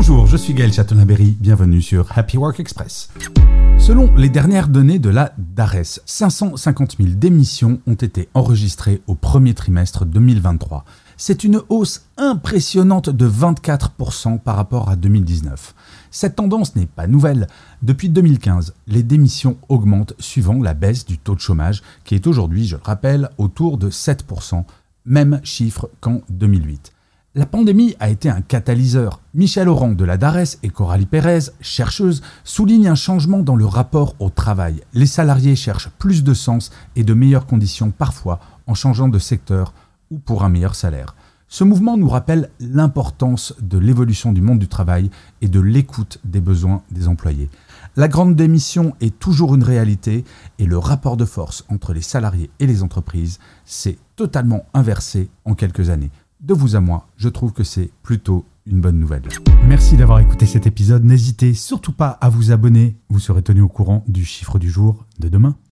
Bonjour, je suis Gaël Chatonaberry, bienvenue sur Happy Work Express. Selon les dernières données de la DARES, 550 000 démissions ont été enregistrées au premier trimestre 2023. C'est une hausse impressionnante de 24% par rapport à 2019. Cette tendance n'est pas nouvelle. Depuis 2015, les démissions augmentent suivant la baisse du taux de chômage, qui est aujourd'hui, je le rappelle, autour de 7%, même chiffre qu'en 2008. La pandémie a été un catalyseur. Michel Oran de la DARES et Coralie Pérez, chercheuse, soulignent un changement dans le rapport au travail. Les salariés cherchent plus de sens et de meilleures conditions parfois en changeant de secteur ou pour un meilleur salaire. Ce mouvement nous rappelle l'importance de l'évolution du monde du travail et de l'écoute des besoins des employés. La grande démission est toujours une réalité et le rapport de force entre les salariés et les entreprises s'est totalement inversé en quelques années. De vous à moi, je trouve que c'est plutôt une bonne nouvelle. Merci d'avoir écouté cet épisode. N'hésitez surtout pas à vous abonner. Vous serez tenu au courant du chiffre du jour de demain.